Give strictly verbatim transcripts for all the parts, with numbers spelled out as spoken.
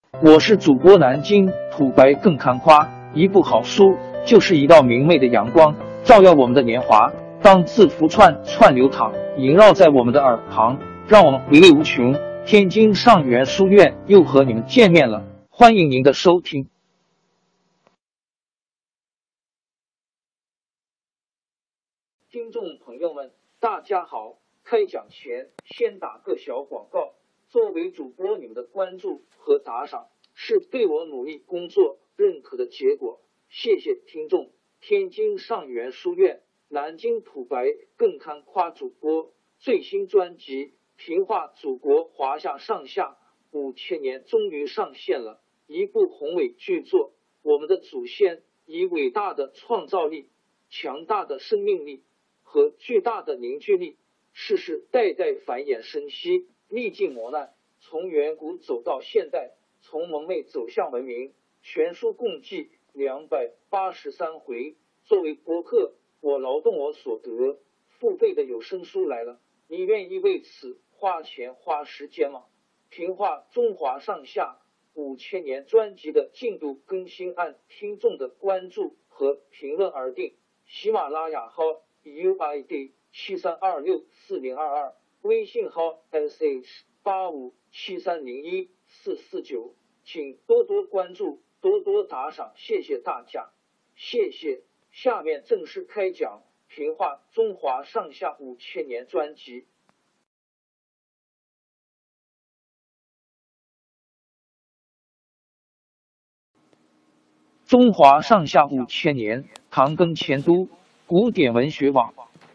我是主播南京土白更看花，一部好书就是一道明媚的阳光，照耀我们的年华。当字符串串流淌，萦绕在我们的耳旁，让我们回味无穷。天津上元书院又和你们见面了，欢迎您的收听。听众朋友们，大家好！开讲前先打个小广告。作为主播，你们的关注和打赏是对我努力工作认可的结果，谢谢听众。天津上元书院、南京土白更看花主播最新专辑《平话祖国华夏上下五千年》终于上线了，一部宏伟巨作。我们的祖先以伟大的创造力、强大的生命力和巨大的凝聚力，世世代代繁衍生息，历尽磨难，从远古走到现代，从蒙昧走向文明。全书共计两百八十三回。作为播客，我劳动我所得，付费的有声书来了，你愿意为此花钱花时间吗？评话中华上下五千年专辑的进度更新按听众的关注和评论而定。喜马拉雅号 U I D 七三二六四零二二，微信号 S H 八五七三零一四四九，请多多关注，多多打赏，谢谢大家，谢谢。下面正式开讲《评话中华上下五千年》专辑。中华上下五千年，唐更迁都，古典文学网。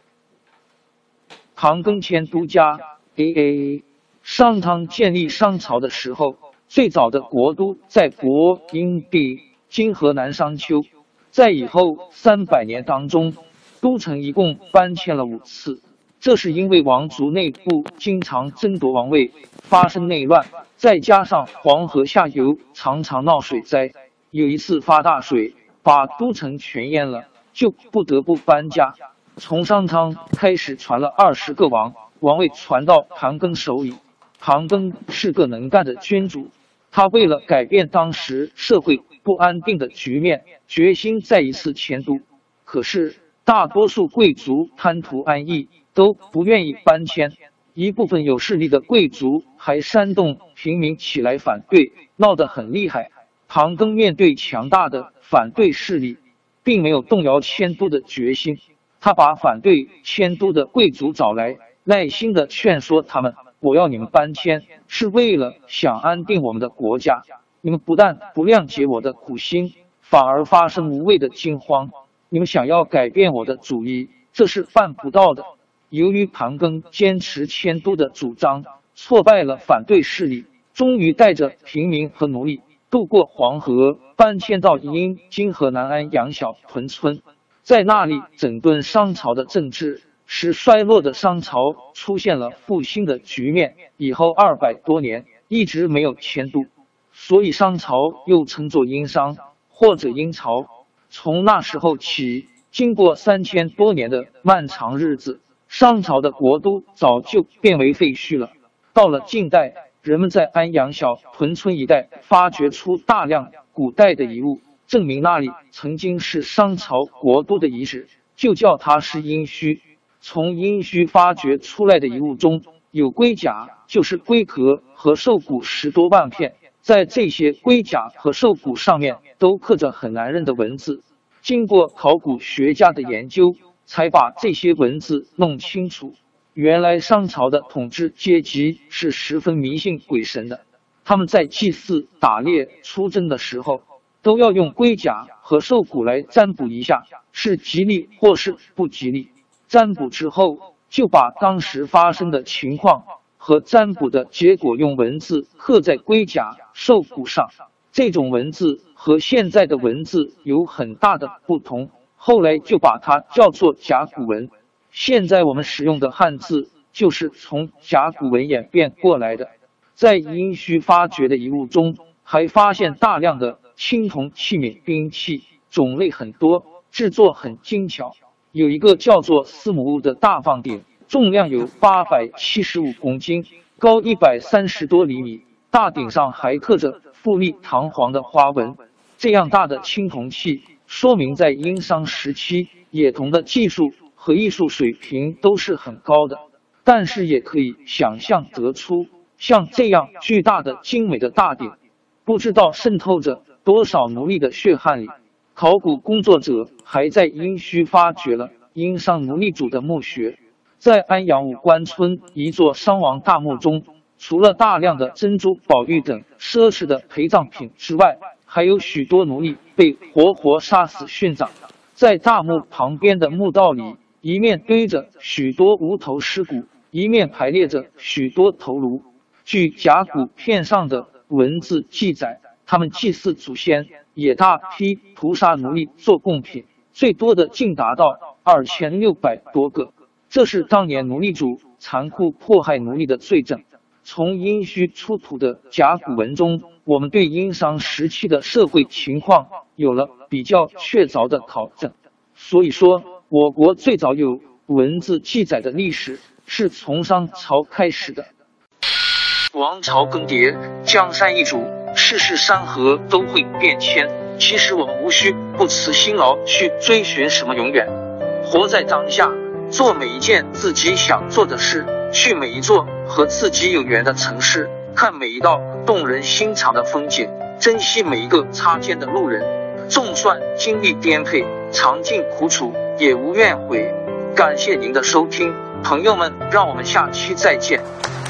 唐更迁都家 A A 商汤建立商朝的时候，最早的国都在国阴地，今河南商丘。在以后三百年当中，都城一共搬迁了五次，这是因为王族内部经常争夺王位，发生内乱，再加上黄河下游常常闹水灾，有一次发大水，把都城全淹了，就不得不搬家。从商汤开始传了二十个王，王位传到唐更手里。唐更是个能干的君主，他为了改变当时社会不安定的局面，决心再一次迁都。可是大多数贵族贪图安逸，都不愿意搬迁，一部分有势力的贵族还煽动平民起来反对，闹得很厉害。唐更面对强大的反对势力，并没有动摇迁都的决心，他把反对迁都的贵族找来，耐心地劝说他们，我要你们搬迁，是为了想安定我们的国家。你们不但不谅解我的苦心，反而发生无谓的惊慌。你们想要改变我的主意，这是办不到的。由于唐更坚持迁都的主张，挫败了反对势力，终于带着平民和奴隶渡过黄河，搬迁到因今河南安阳小屯村，在那里整顿商朝的政治，使衰落的商朝出现了复兴的局面。以后二百多年一直没有迁都，所以商朝又称作殷商或者殷朝。从那时候起，经过三千多年的漫长日子，商朝的国都早就变为废墟了。到了近代，人们在安阳小屯村一带发掘出大量古代的遗物，证明那里曾经是商朝国都的遗址，就叫它是殷墟。从殷墟发掘出来的遗物中，有龟甲，就是龟壳和兽骨十多万片，在这些龟甲和兽骨上面都刻着很难认的文字。经过考古学家的研究，才把这些文字弄清楚。原来商朝的统治阶级是十分迷信鬼神的，他们在祭祀、打猎、出征的时候，都要用龟甲和兽骨来占卜一下，是吉利或是不吉利。占卜之后，就把当时发生的情况和占卜的结果用文字刻在龟甲、兽骨上。这种文字和现在的文字有很大的不同，后来就把它叫做甲骨文。现在我们使用的汉字就是从甲骨文演变过来的。在殷墟发掘的遗物中，还发现大量的青铜器皿、兵器，种类很多，制作很精巧。有一个叫做司母戊的大放鼎，重量有八百七十五公斤，高一百三十多厘米， 大顶上还刻着富丽堂皇的花纹。这样大的青铜器，说明在殷商时期，冶铜的技术和艺术水平都是很高的。但是也可以想象得出，像这样巨大的精美的大鼎，不知道渗透着多少奴隶的血汗里。考古工作者还在殷墟发掘了殷商奴隶主的墓穴。在安阳五官村一座商王大墓中，除了大量的珍珠、宝玉等奢侈的陪葬品之外，还有许多奴隶被活活杀死殉葬。在大墓旁边的墓道里，一面堆着许多无头尸骨，一面排列着许多头颅。据甲骨片上的文字记载，他们祭祀祖先，也大批屠杀奴隶做贡品，最多的竟达到二千六百多个。这是当年奴隶主残酷迫害奴隶的罪证。从殷墟出土的甲骨文中，我们对殷商时期的社会情况有了比较确凿的考证。所以说，我国最早有文字记载的历史是从商朝开始的。王朝更迭，江山易主，世事山河都会变迁。其实我们无需不辞辛劳去追寻什么永远，活在当下，做每一件自己想做的事，去每一座和自己有缘的城市，看每一道动人心肠的风景，珍惜每一个擦肩的路人。纵算经历颠沛，尝尽苦楚，也无怨悔。感谢您的收听，朋友们，让我们下期再见。